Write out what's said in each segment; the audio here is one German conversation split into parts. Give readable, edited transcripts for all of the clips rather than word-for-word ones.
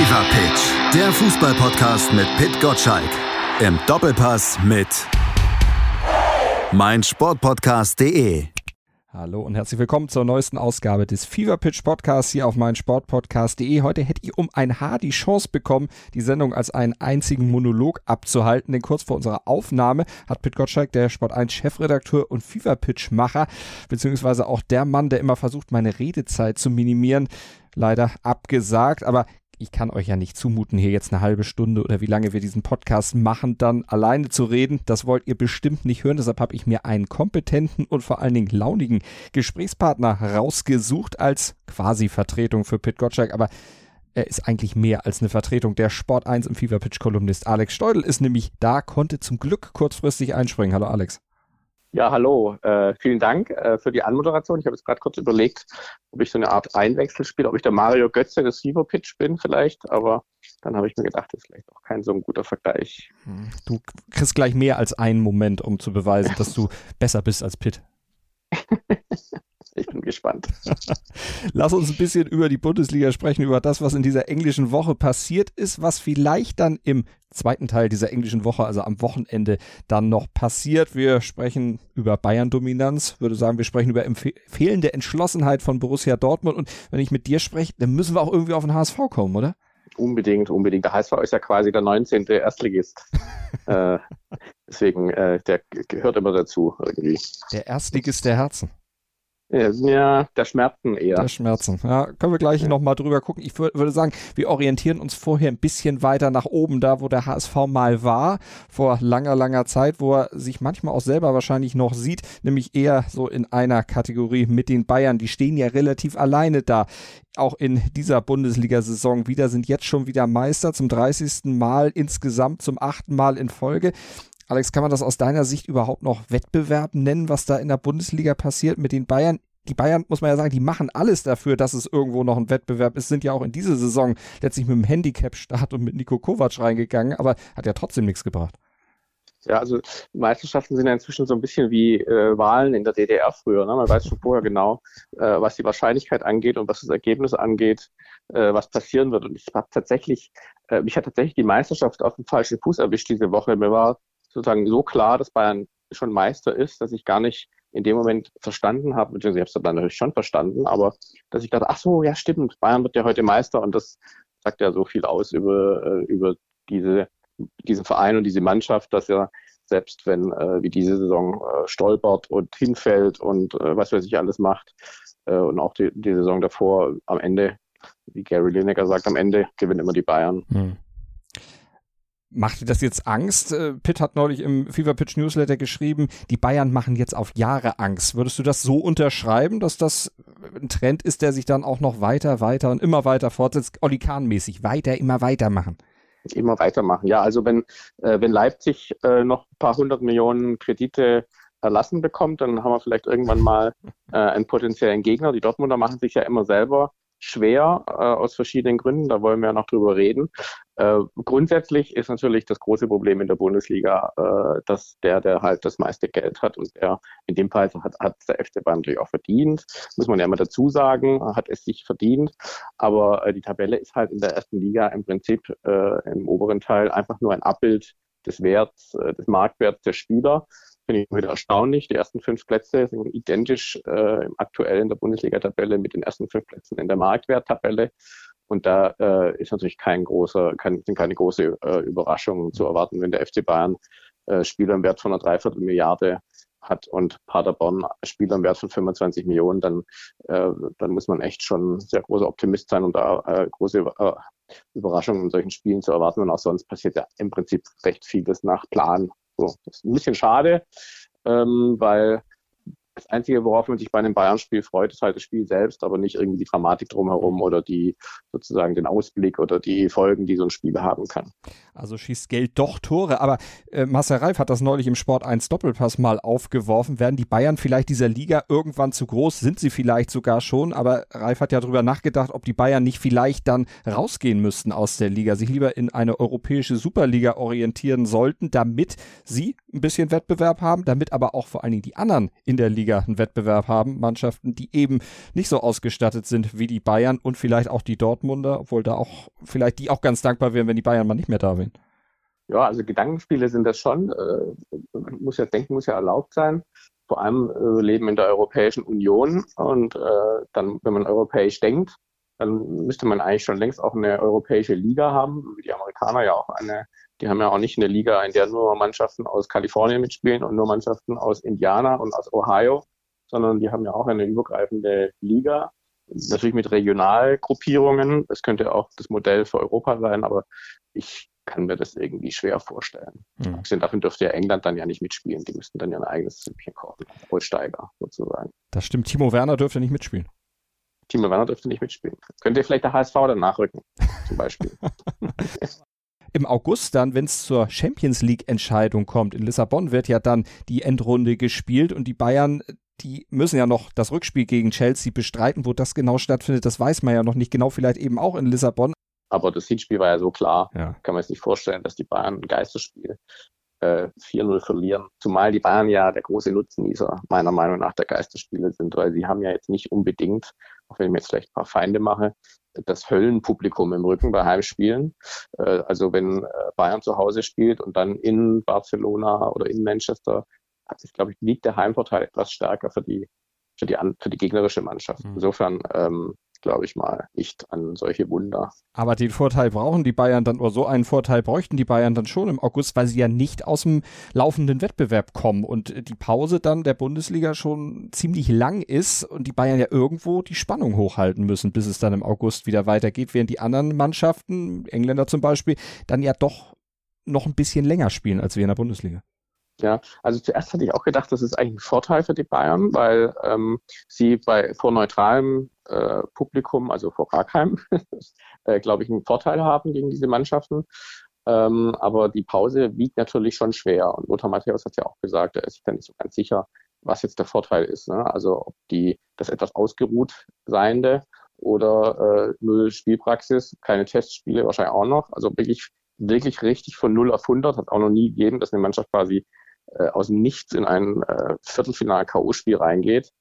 Fever Pitch, der Fußball-Podcast mit Pit Gottschalk. Im Doppelpass mit meinsportpodcast.de. Hallo und herzlich willkommen zur neuesten Ausgabe des Fever Pitch Podcasts hier auf meinsportpodcast.de. Heute hätte ich um ein Haar die Chance bekommen, die Sendung als einen einzigen Monolog abzuhalten, denn kurz vor unserer Aufnahme hat Pit Gottschalk, der Sport1 Chefredakteur und Fever Pitch Macher, beziehungsweise auch der Mann, der immer versucht, meine Redezeit zu minimieren, leider abgesagt, aber ich kann euch ja nicht zumuten, hier jetzt eine halbe Stunde oder wie lange wir diesen Podcast machen, dann alleine zu reden. Das wollt ihr bestimmt nicht hören. Deshalb habe ich mir einen kompetenten und vor allen Dingen launigen Gesprächspartner rausgesucht als quasi Vertretung für Pit Gottschalk. Aber er ist eigentlich mehr als eine Vertretung. Der Sport1 im Fever Pitch Kolumnist Alex Steudel ist nämlich da, konnte zum Glück kurzfristig einspringen. Hallo Alex. Ja, hallo. Vielen Dank für die Anmoderation. Ich habe jetzt gerade kurz überlegt, ob ich so eine Art Einwechsel spiele, ob ich der Mario Götze des Fever Pitch bin vielleicht, aber dann habe ich mir gedacht, das ist vielleicht auch kein so ein guter Vergleich. Du kriegst gleich mehr als einen Moment, um zu beweisen, dass du besser bist als Pit. Ich bin gespannt. Lass uns ein bisschen über die Bundesliga sprechen, über das, was in dieser englischen Woche passiert ist, was vielleicht dann im zweiten Teil dieser englischen Woche, also am Wochenende, dann noch passiert. Wir sprechen über Bayern-Dominanz, würde sagen, wir sprechen über fehlende Entschlossenheit von Borussia Dortmund und wenn ich mit dir spreche, dann müssen wir auch irgendwie auf den HSV kommen, oder? Unbedingt. Der HSV ist ja quasi der 19. Erstligist. Deswegen, der gehört immer dazu irgendwie. Der Erstligist der Herzen. Ja, der Schmerzen eher. Der Schmerzen. Ja, können wir gleich nochmal drüber gucken. Ich würde sagen, wir orientieren uns vorher ein bisschen weiter nach oben, da wo der HSV mal war, vor langer, langer Zeit, wo er sich manchmal auch selber wahrscheinlich noch sieht, nämlich eher so in einer Kategorie mit den Bayern. Die stehen ja relativ alleine da. Auch in dieser Bundesliga-Saison wieder, sind jetzt schon wieder Meister zum 30. Mal insgesamt, zum 8. Mal in Folge. Alex, kann man das aus deiner Sicht überhaupt noch Wettbewerb nennen, was da in der Bundesliga passiert mit den Bayern? Die Bayern, muss man ja sagen, die machen alles dafür, dass es irgendwo noch ein Wettbewerb ist, sind ja auch in diese Saison letztlich mit dem Handicap-Start und mit Niko Kovac reingegangen, aber hat ja trotzdem nichts gebracht. Ja, also Meisterschaften sind ja inzwischen so ein bisschen wie Wahlen in der DDR früher. Ne? Man weiß schon vorher genau, was die Wahrscheinlichkeit angeht und was das Ergebnis angeht, was passieren wird. Und mich hat tatsächlich die Meisterschaft auf den falschen Fuß erwischt diese Woche. Mir war sozusagen so klar, dass Bayern schon Meister ist, dass ich gar nicht in dem Moment verstanden habe, beziehungsweise ich habe es dann natürlich schon verstanden, aber dass ich dachte, ach so, ja stimmt, Bayern wird ja heute Meister und das sagt ja so viel aus über diesen Verein und diese Mannschaft, dass er selbst wenn wie diese Saison stolpert und hinfällt und was weiß ich alles macht und auch die Saison davor am Ende, wie Gary Lineker sagt, am Ende gewinnen immer die Bayern. Macht dir das jetzt Angst? Pitt hat neulich im Fever Pitch Newsletter geschrieben, die Bayern machen jetzt auf Jahre Angst. Würdest du das so unterschreiben, dass das ein Trend ist, der sich dann auch noch weiter und immer weiter fortsetzt, Oli Kahn-mäßig, immer weitermachen? Immer weitermachen, ja. Also wenn Leipzig noch ein paar 100 Millionen Kredite erlassen bekommt, dann haben wir vielleicht irgendwann mal einen potenziellen Gegner. Die Dortmunder machen sich ja immer selber schwer aus verschiedenen Gründen, da wollen wir ja noch drüber reden. Grundsätzlich ist natürlich das große Problem in der Bundesliga, dass der halt das meiste Geld hat und der in dem Fall hat der FC Bayern natürlich auch verdient, muss man ja immer dazu sagen, hat es sich verdient, aber die Tabelle ist halt in der ersten Liga im Prinzip im oberen Teil einfach nur ein Abbild des Werts, des Marktwerts der Spieler. Finde ich wieder erstaunlich. Die ersten 5 Plätze sind identisch aktuell in der Bundesliga-Tabelle mit den ersten 5 Plätzen in der Marktwert-Tabelle. Und da ist natürlich keine große Überraschung zu erwarten, wenn der FC Bayern Spieler im Wert von einer 3/4 Milliarde hat und Paderborn Spieler im Wert von 25 Millionen, dann muss man echt schon ein sehr großer Optimist sein, um da große Überraschungen in solchen Spielen zu erwarten. Und auch sonst passiert ja im Prinzip recht vieles nach Plan. So, das ist ein bisschen schade, weil das Einzige, worauf man sich bei einem Bayern-Spiel freut, ist halt das Spiel selbst, aber nicht irgendwie die Dramatik drumherum oder die sozusagen den Ausblick oder die Folgen, die so ein Spiel haben kann. Also schießt Geld doch Tore, aber Marcel Reif hat das neulich im Sport 1 Doppelpass mal aufgeworfen. Werden die Bayern vielleicht dieser Liga irgendwann zu groß? Sind sie vielleicht sogar schon, aber Reif hat ja darüber nachgedacht, ob die Bayern nicht vielleicht dann rausgehen müssten aus der Liga, sich lieber in eine europäische Superliga orientieren sollten, damit sie ein bisschen Wettbewerb haben, damit aber auch vor allen Dingen die anderen in der Liga einen Wettbewerb haben. Mannschaften, die eben nicht so ausgestattet sind wie die Bayern und vielleicht auch die Dortmunder, obwohl da auch vielleicht die auch ganz dankbar wären, wenn die Bayern mal nicht mehr da wären. Ja, also Gedankenspiele sind das schon. Denken muss ja erlaubt sein. Vor allem wir leben in der Europäischen Union und dann, wenn man europäisch denkt, dann müsste man eigentlich schon längst auch eine europäische Liga haben, wie die Amerikaner ja auch die haben ja auch nicht eine Liga, in der nur Mannschaften aus Kalifornien mitspielen und nur Mannschaften aus Indiana und aus Ohio, sondern die haben ja auch eine übergreifende Liga. Natürlich mit Regionalgruppierungen. Das könnte auch das Modell für Europa sein, aber ich kann mir das irgendwie schwer vorstellen. Davon dürfte ja England dann ja nicht mitspielen. Die müssten dann ja ein eigenes Süppchen kochen. Aussteiger sozusagen. Das stimmt. Timo Werner dürfte nicht mitspielen. Timo Werner dürfte nicht mitspielen. Könnte vielleicht der HSV dann nachrücken, zum Beispiel. Im August dann, wenn es zur Champions League-Entscheidung kommt, in Lissabon wird ja dann die Endrunde gespielt und die Bayern, die müssen ja noch das Rückspiel gegen Chelsea bestreiten. Wo das genau stattfindet, das weiß man ja noch nicht genau, vielleicht eben auch in Lissabon. Aber das Hinspiel war ja so klar, ja. Kann man sich nicht vorstellen, dass die Bayern ein Geisterspiel 4-0 verlieren. Zumal die Bayern ja der große Nutznießer meiner Meinung nach der Geisterspiele sind, weil sie haben ja jetzt nicht unbedingt, auch wenn ich mir jetzt vielleicht ein paar Feinde mache, das Höllenpublikum im Rücken bei Heimspielen. Also wenn Bayern zu Hause spielt und dann in Barcelona oder in Manchester, glaube ich, liegt der Heimvorteil etwas stärker für die gegnerische Mannschaft. Insofern glaube ich mal nicht an solche Wunder. Aber den Vorteil brauchen die Bayern dann, oder so einen Vorteil bräuchten die Bayern dann schon im August, weil sie ja nicht aus dem laufenden Wettbewerb kommen und die Pause dann der Bundesliga schon ziemlich lang ist und die Bayern ja irgendwo die Spannung hochhalten müssen, bis es dann im August wieder weitergeht, während die anderen Mannschaften, Engländer zum Beispiel, dann ja doch noch ein bisschen länger spielen als wir in der Bundesliga. Ja, also zuerst hatte ich auch gedacht, das ist eigentlich ein Vorteil für die Bayern, weil sie vor neutralem Publikum, also vor gar keinem, glaube ich, einen Vorteil haben gegen diese Mannschaften. Aber die Pause wiegt natürlich schon schwer. Und Lothar Matthäus hat ja auch gesagt, er ist sich da nicht so ganz sicher, was jetzt der Vorteil ist. Ne? Also ob das etwas ausgeruht Seiende oder null Spielpraxis, keine Testspiele wahrscheinlich auch noch. Also wirklich richtig von 0 auf 100 hat es auch noch nie gegeben, dass eine Mannschaft quasi aus dem Nichts in ein Viertelfinal-K.O.-Spiel reingeht.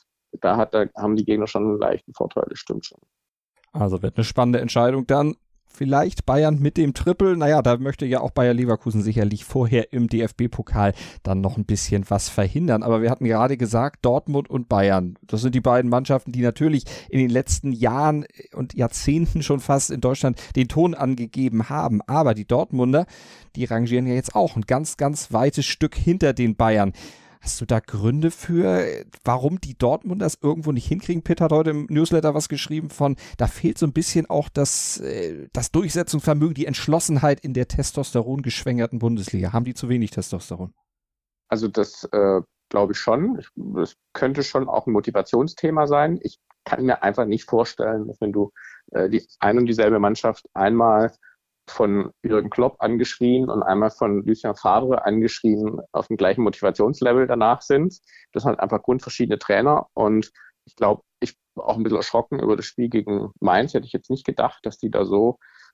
Haben die Gegner schon einen leichten Vorteil, das stimmt schon. Also wird eine spannende Entscheidung dann. Vielleicht Bayern mit dem Triple. Naja, da möchte ja auch Bayer Leverkusen sicherlich vorher im DFB-Pokal dann noch ein bisschen was verhindern. Aber wir hatten gerade gesagt, Dortmund und Bayern, das sind die beiden Mannschaften, die natürlich in den letzten Jahren und Jahrzehnten schon fast in Deutschland den Ton angegeben haben. Aber die Dortmunder, die rangieren ja jetzt auch ein ganz, ganz weites Stück hinter den Bayern. Hast du da Gründe für, warum die Dortmunder das irgendwo nicht hinkriegen? Pitt hat heute im Newsletter was geschrieben von, da fehlt so ein bisschen auch das Durchsetzungsvermögen, die Entschlossenheit in der Testosteron geschwängerten Bundesliga. Haben die zu wenig Testosteron? Also das glaube ich schon. Das könnte schon auch ein Motivationsthema sein. Ich kann mir einfach nicht vorstellen, dass wenn du die ein und dieselbe Mannschaft einmal von Jürgen Klopp angeschrien und einmal von Lucien Favre angeschrien auf dem gleichen Motivationslevel danach sind. Das sind halt einfach grundverschiedene Trainer und ich glaube, ich war auch ein bisschen erschrocken über das Spiel gegen Mainz. Hätte ich jetzt nicht gedacht, dass die da so,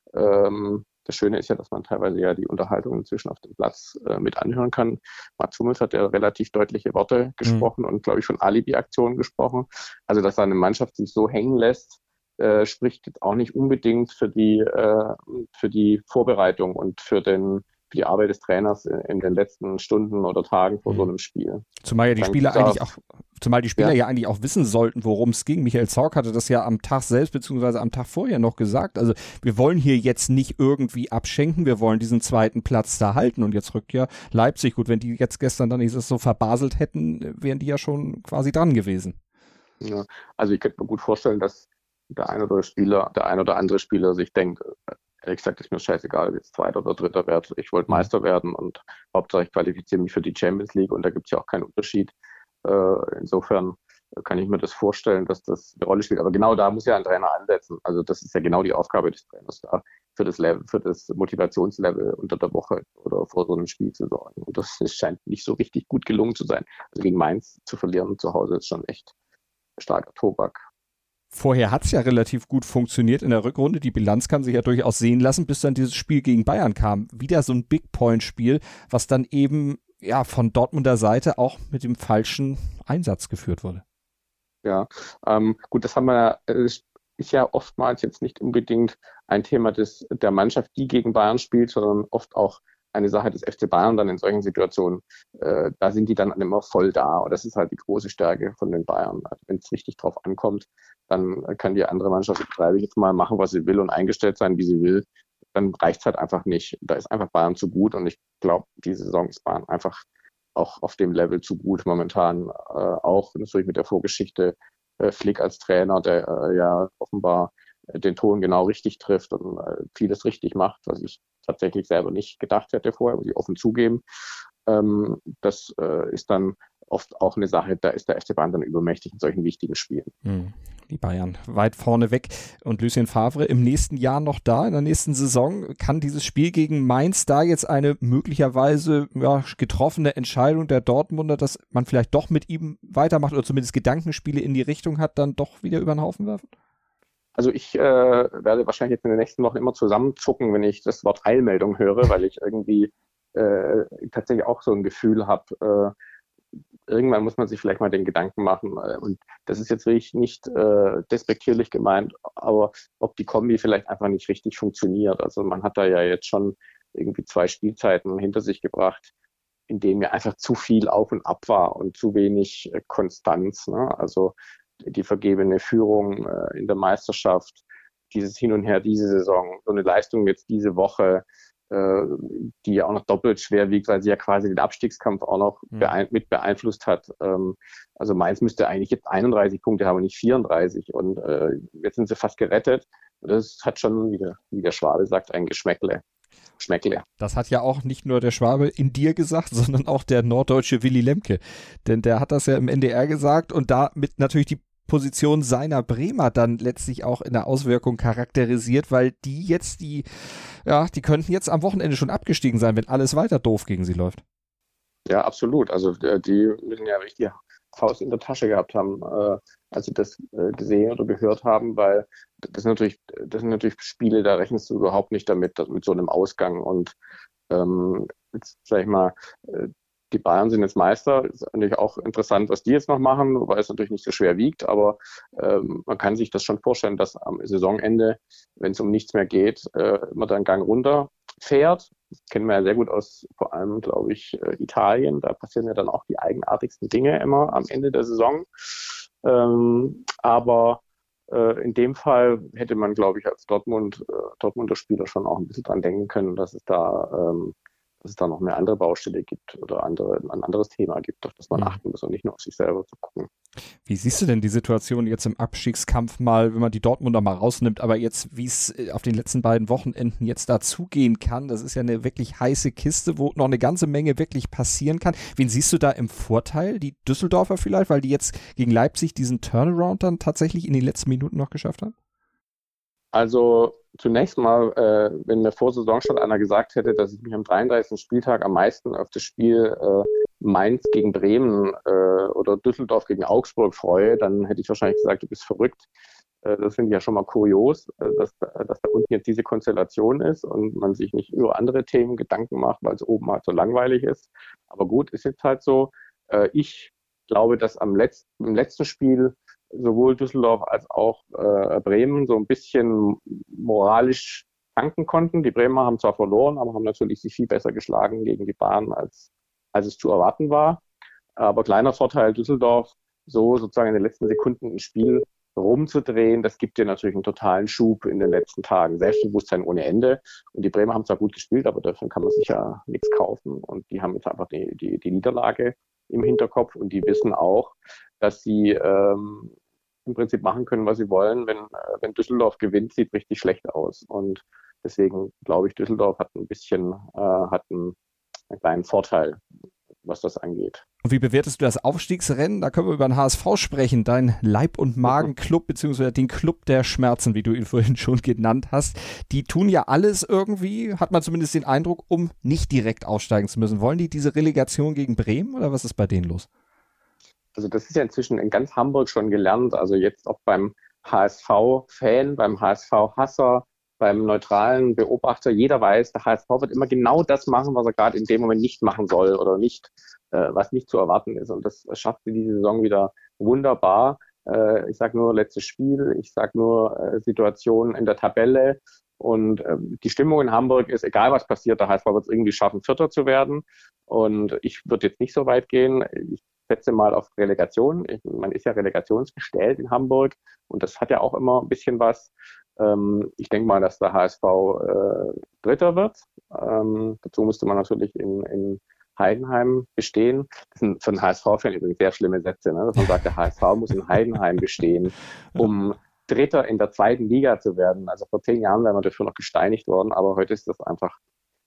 das Schöne ist ja, dass man teilweise ja die Unterhaltung inzwischen auf dem Platz mit anhören kann. Mats Hummels hat ja relativ deutliche Worte gesprochen und glaube ich von Alibi-Aktionen gesprochen. Also, dass da eine Mannschaft sich so hängen lässt, spricht jetzt auch nicht unbedingt für die Vorbereitung und für die Arbeit des Trainers in den letzten Stunden oder Tagen vor so einem Spiel. Zumal die Spieler ja eigentlich auch wissen sollten, worum es ging. Michael Zorc hatte das ja am Tag selbst beziehungsweise am Tag vorher noch gesagt. Also wir wollen hier jetzt nicht irgendwie abschenken, wir wollen diesen zweiten Platz da halten. Und jetzt rückt ja Leipzig. Gut, wenn die jetzt gestern dann nicht so verbaselt hätten, wären die ja schon quasi dran gewesen. Ja, also ich könnte mir gut vorstellen, dass der ein oder andere Spieler sich denkt, ehrlich gesagt, ist mir scheißegal, ob ich jetzt Zweiter oder Dritter werde. Ich wollte Meister werden und Hauptsache ich qualifiziere mich für die Champions League und da gibt es ja auch keinen Unterschied. Insofern kann ich mir das vorstellen, dass das eine Rolle spielt. Aber genau da muss ja ein Trainer ansetzen. Also das ist ja genau die Aufgabe des Trainers, da das Level, für das Motivationslevel unter der Woche oder vor so einem Spiel zu sorgen. Und das scheint nicht so richtig gut gelungen zu sein. Also gegen Mainz zu verlieren zu Hause ist schon echt starker Tobak. Vorher hat es ja relativ gut funktioniert in der Rückrunde. Die Bilanz kann sich ja durchaus sehen lassen, bis dann dieses Spiel gegen Bayern kam. Wieder so ein Big-Point-Spiel, was dann eben ja von Dortmunder Seite auch mit dem falschen Einsatz geführt wurde. Ja, gut, das haben wir, ist ja oftmals jetzt nicht unbedingt ein Thema der Mannschaft, die gegen Bayern spielt, sondern oft auch eine Sache des FC Bayern dann in solchen Situationen. Da sind die dann immer voll da. Und das ist halt die große Stärke von den Bayern. Also wenn es richtig drauf ankommt, dann kann die andere Mannschaft, betreibe ich jetzt mal, machen, was sie will und eingestellt sein, wie sie will. Dann reicht es halt einfach nicht. Da ist einfach Bayern zu gut. Und ich glaube, diese Saison ist Bayern einfach auch auf dem Level zu gut momentan. Auch natürlich mit der Vorgeschichte Flick als Trainer, der ja offenbar den Ton genau richtig trifft und vieles richtig macht, was ich tatsächlich selber nicht gedacht hätte vorher, muss ich offen zugeben. Das ist dann oft auch eine Sache, da ist der FC Bayern dann übermächtig in solchen wichtigen Spielen. Die Bayern weit vorne weg. Und Lucien Favre im nächsten Jahr noch da, in der nächsten Saison. Kann dieses Spiel gegen Mainz da jetzt eine möglicherweise getroffene Entscheidung der Dortmunder, dass man vielleicht doch mit ihm weitermacht oder zumindest Gedankenspiele in die Richtung hat, dann doch wieder über den Haufen werfen? Also ich werde wahrscheinlich jetzt in den nächsten Wochen immer zusammenzucken, wenn ich das Wort Eilmeldung höre, weil ich irgendwie tatsächlich auch so ein Gefühl habe, irgendwann muss man sich vielleicht mal den Gedanken machen, und das ist jetzt wirklich nicht despektierlich gemeint, aber ob die Kombi vielleicht einfach nicht richtig funktioniert. Also man hat da ja jetzt schon irgendwie 2 Spielzeiten hinter sich gebracht, in denen ja einfach zu viel auf und ab war und zu wenig Konstanz, ne? Also die vergebene Führung in der Meisterschaft, dieses Hin und Her diese Saison, so eine Leistung jetzt diese Woche, die ja auch noch doppelt schwer wiegt, weil sie ja quasi den Abstiegskampf auch noch mit beeinflusst hat. Also Mainz müsste eigentlich jetzt 31 Punkte haben und nicht 34 und jetzt sind sie fast gerettet. Das hat schon, wie der Schwabe sagt, ein Geschmäckle. Das hat ja auch nicht nur der Schwabe in dir gesagt, sondern auch der norddeutsche Willy Lemke. Denn der hat das ja im NDR gesagt und damit natürlich die Position seiner Bremer dann letztlich auch in der Auswirkung charakterisiert, weil die könnten jetzt am Wochenende schon abgestiegen sein, wenn alles weiter doof gegen sie läuft. Ja, absolut. Also die müssen ja richtig Faust in der Tasche gehabt haben, als sie das gesehen oder gehört haben, weil das sind natürlich Spiele, da rechnest du überhaupt nicht damit, mit so einem Ausgang. Und jetzt sag ich mal, die Bayern sind jetzt Meister. Ist natürlich auch interessant, was die jetzt noch machen, weil es natürlich nicht so schwer wiegt, aber man kann sich das schon vorstellen, dass am Saisonende, wenn es um nichts mehr geht, man dann einen Gang runter fährt. Das kennen wir ja sehr gut aus, vor allem, glaube ich, Italien. Da passieren ja dann auch die eigenartigsten Dinge immer am Ende der Saison. Aber in dem Fall hätte man, glaube ich, als Dortmunder Spieler schon auch ein bisschen dran denken können, dass es da noch eine andere Baustelle gibt oder ein anderes Thema gibt, auf das man achten muss und nicht nur auf sich selber zu gucken. Wie siehst du denn die Situation jetzt im Abstiegskampf mal, wenn man die Dortmunder mal rausnimmt, aber jetzt, wie es auf den letzten beiden Wochenenden jetzt dazugehen kann, das ist ja eine wirklich heiße Kiste, wo noch eine ganze Menge wirklich passieren kann. Wen siehst du da im Vorteil? Die Düsseldorfer vielleicht, weil die jetzt gegen Leipzig diesen Turnaround dann tatsächlich in den letzten Minuten noch geschafft haben? Also zunächst mal, wenn mir vor Saisonstart einer gesagt hätte, dass ich mich am 33. Spieltag am meisten auf das Spiel Mainz gegen Bremen oder Düsseldorf gegen Augsburg freue, dann hätte ich wahrscheinlich gesagt, du bist verrückt. Das finde ich ja schon mal kurios, dass da unten jetzt diese Konstellation ist und man sich nicht über andere Themen Gedanken macht, weil es oben halt so langweilig ist. Aber gut, ist jetzt halt so. Ich glaube, dass im letzten Spiel sowohl Düsseldorf als auch Bremen so ein bisschen moralisch tanken konnten. Die Bremer haben zwar verloren, aber haben natürlich sich viel besser geschlagen gegen die Bahn, als es zu erwarten war. Aber kleiner Vorteil Düsseldorf, so sozusagen in den letzten Sekunden ein Spiel rumzudrehen, das gibt dir natürlich einen totalen Schub in den letzten Tagen. Selbstbewusstsein ohne Ende. Und die Bremer haben zwar gut gespielt, aber davon kann man sich ja nichts kaufen. Und die haben jetzt einfach die Niederlage im Hinterkopf und die wissen auch, dass sie im Prinzip machen können, was sie wollen. Wenn Düsseldorf gewinnt, sieht richtig schlecht aus. Und deswegen glaube ich, Düsseldorf hat einen kleinen Vorteil was das angeht. Und wie bewertest du das Aufstiegsrennen? Da können wir über den HSV sprechen, dein Leib- und Magen-Club, beziehungsweise den Club der Schmerzen, wie du ihn vorhin schon genannt hast. Die tun ja alles irgendwie, hat man zumindest den Eindruck, um nicht direkt aufsteigen zu müssen. Wollen die diese Relegation gegen Bremen oder was ist bei denen los? Also das ist ja inzwischen in ganz Hamburg schon gelernt, also jetzt auch beim HSV-Fan, beim HSV-Hasser, beim neutralen Beobachter, jeder weiß, der HSV wird immer genau das machen, was er gerade in dem Moment nicht machen soll oder nicht, was nicht zu erwarten ist. Und das schafft sie diese Saison wieder wunderbar. Ich sage nur letztes Spiel, ich sage nur Situation in der Tabelle. Und die Stimmung in Hamburg ist, egal was passiert, der HSV wird es irgendwie schaffen, Vierter zu werden. Und ich würde jetzt nicht so weit gehen. Ich setze mal auf Relegation. Man ist ja relegationsgestellt in Hamburg und das hat ja auch immer ein bisschen was. Ich denke mal, dass der HSV Dritter wird. Dazu müsste man natürlich in Heidenheim bestehen. Das sind für einen HSV-Fan übrigens sehr schlimme Sätze, ne? Dass man sagt, der HSV muss in Heidenheim bestehen, um Dritter in der zweiten Liga zu werden. Also vor 10 Jahren wäre man dafür noch gesteinigt worden, aber heute ist das einfach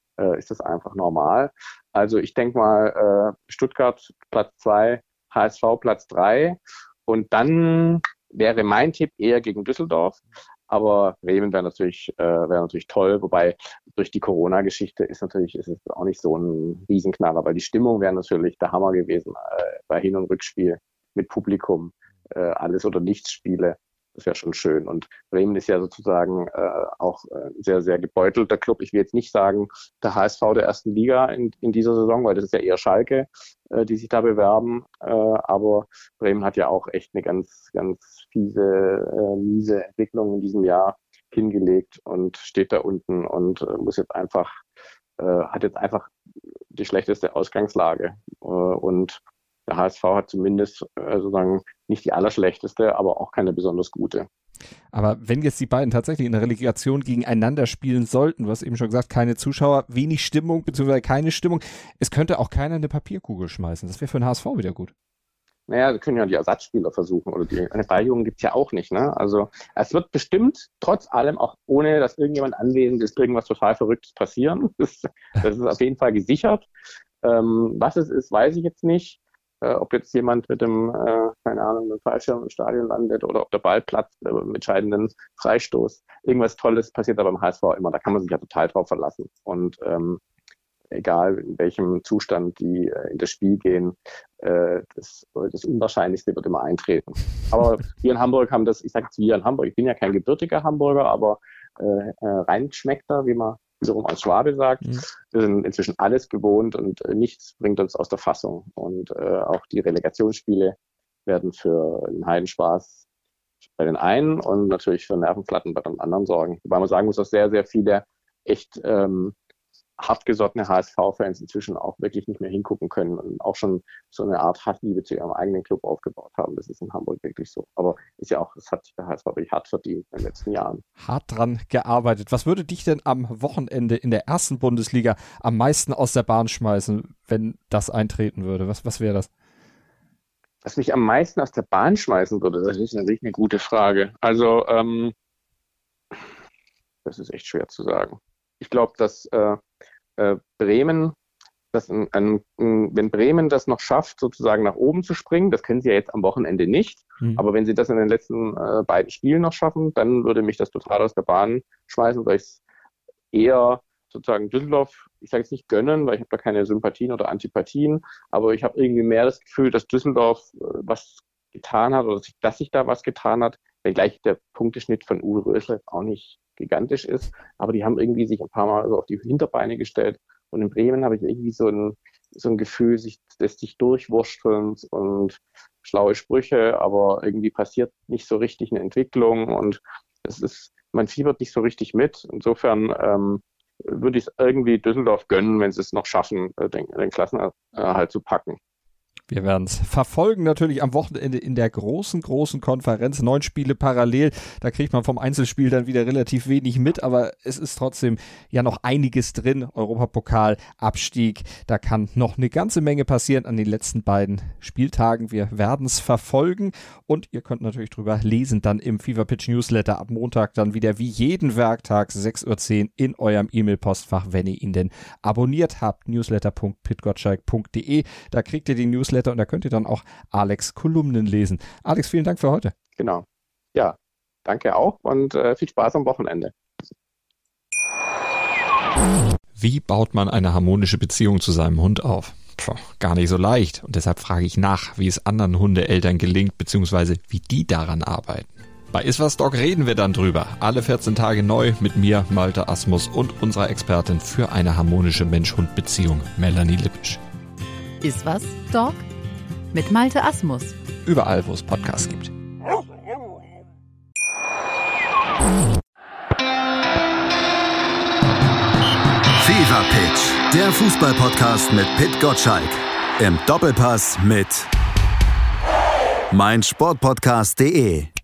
normal. Also ich denke mal, Stuttgart Platz 2, HSV Platz 3 und dann wäre mein Tipp eher gegen Düsseldorf. Aber Bremen wäre natürlich toll, wobei durch die Corona-Geschichte ist es auch nicht so ein Riesenknaller, weil die Stimmung wäre natürlich der Hammer gewesen bei Hin- und Rückspiel mit Publikum, alles oder nichts Spiele. Das wäre schon schön. Und Bremen ist ja sozusagen auch sehr, sehr gebeutelter Club. Ich will jetzt nicht sagen, der HSV der ersten Liga in dieser Saison, weil das ist ja eher Schalke, die sich da bewerben. Aber Bremen hat ja auch echt eine ganz, ganz miese Entwicklung in diesem Jahr hingelegt und steht da unten und hat jetzt einfach die schlechteste Ausgangslage. Und der HSV hat zumindest sozusagen nicht die allerschlechteste, aber auch keine besonders gute. Aber wenn jetzt die beiden tatsächlich in der Relegation gegeneinander spielen sollten, du hast eben schon gesagt, keine Zuschauer, wenig Stimmung, beziehungsweise keine Stimmung, es könnte auch keiner eine Papierkugel schmeißen. Das wäre für den HSV wieder gut. Naja, wir können ja die Ersatzspieler versuchen oder eine Beilegung gibt's ja auch nicht. Ne? Also es wird bestimmt trotz allem, auch ohne dass irgendjemand anwesend ist, irgendwas total Verrücktes passieren. Das ist auf jeden Fall gesichert. Was es ist, weiß ich jetzt nicht. Ob jetzt jemand mit dem, keine Ahnung, mit dem Fallschirm im Stadion landet oder ob der Ball platzt mit entscheidenden Freistoß. Irgendwas Tolles passiert aber beim HSV immer. Da kann man sich ja total drauf verlassen. Und egal in welchem Zustand die in das Spiel gehen, das Unwahrscheinlichste wird immer eintreten. Aber wir in Hamburg haben das, ich sage jetzt wir in Hamburg, ich bin ja kein gebürtiger Hamburger, aber Reinschmeckter, wie man wiederum als Schwabe sagt. Wir sind inzwischen alles gewohnt und nichts bringt uns aus der Fassung. Und auch die Relegationsspiele werden für einen Heidenspaß bei den einen und natürlich für Nervenplatten bei den anderen sorgen. Wobei man sagen muss, dass sehr, sehr viele echt hartgesottene HSV-Fans inzwischen auch wirklich nicht mehr hingucken können und auch schon so eine Art Hassliebe zu ihrem eigenen Club aufgebaut haben. Das ist in Hamburg wirklich so. Aber ist ja auch, das hat sich der HSV wirklich hart verdient in den letzten Jahren. Hart dran gearbeitet. Was würde dich denn am Wochenende in der ersten Bundesliga am meisten aus der Bahn schmeißen, wenn das eintreten würde? Was wäre das? Was mich am meisten aus der Bahn schmeißen würde, das ist natürlich eine gute Frage. Also, das ist echt schwer zu sagen. Ich glaube, dass Bremen, wenn Bremen das noch schafft, sozusagen nach oben zu springen, das können sie ja jetzt am Wochenende nicht, aber wenn sie das in den letzten beiden Spielen noch schaffen, dann würde mich das total aus der Bahn schmeißen, weil ich es eher sozusagen Düsseldorf, ich sage jetzt nicht gönnen, weil ich habe da keine Sympathien oder Antipathien, aber ich habe irgendwie mehr das Gefühl, dass Düsseldorf was getan hat oder dass sich da was getan hat, wenngleich der Punkteschnitt von Uwe Rösler auch nicht gigantisch ist, aber die haben irgendwie sich ein paar Mal so auf die Hinterbeine gestellt und in Bremen habe ich irgendwie so ein Gefühl, dass sich durchwursteln und schlaue Sprüche, aber irgendwie passiert nicht so richtig eine Entwicklung und man fiebert nicht so richtig mit. Insofern würde ich es irgendwie Düsseldorf gönnen, wenn sie es noch schaffen, den Klassenerhalt zu packen. Wir werden es verfolgen, natürlich am Wochenende in der großen Konferenz. 9 Spiele parallel. Da kriegt man vom Einzelspiel dann wieder relativ wenig mit, aber es ist trotzdem ja noch einiges drin. Europapokal, Abstieg, da kann noch eine ganze Menge passieren an den letzten beiden Spieltagen. Wir werden es verfolgen und ihr könnt natürlich drüber lesen dann im Fever Pitch Newsletter ab Montag dann wieder wie jeden Werktag 6:10 Uhr in eurem E-Mail-Postfach, wenn ihr ihn denn abonniert habt. newsletter.pitgottschalk.de. Da kriegt ihr die Newsletter und da könnt ihr dann auch Alex' Kolumnen lesen. Alex, vielen Dank für heute. Genau. Ja, danke auch und viel Spaß am Wochenende. Wie baut man eine harmonische Beziehung zu seinem Hund auf? Gar nicht so leicht. Und deshalb frage ich nach, wie es anderen Hundeeltern gelingt, beziehungsweise wie die daran arbeiten. Bei Iswas Dog reden wir dann drüber. Alle 14 Tage neu mit mir, Malte Asmus und unserer Expertin für eine harmonische Mensch-Hund-Beziehung, Melanie Lippisch. Iswas Dog? Mit Malte Asmus. Überall, wo es Podcasts gibt. Fever Pitch, der Fußball-Podcast mit Pit Gottschalk. Im Doppelpass mit meinsportpodcast.de.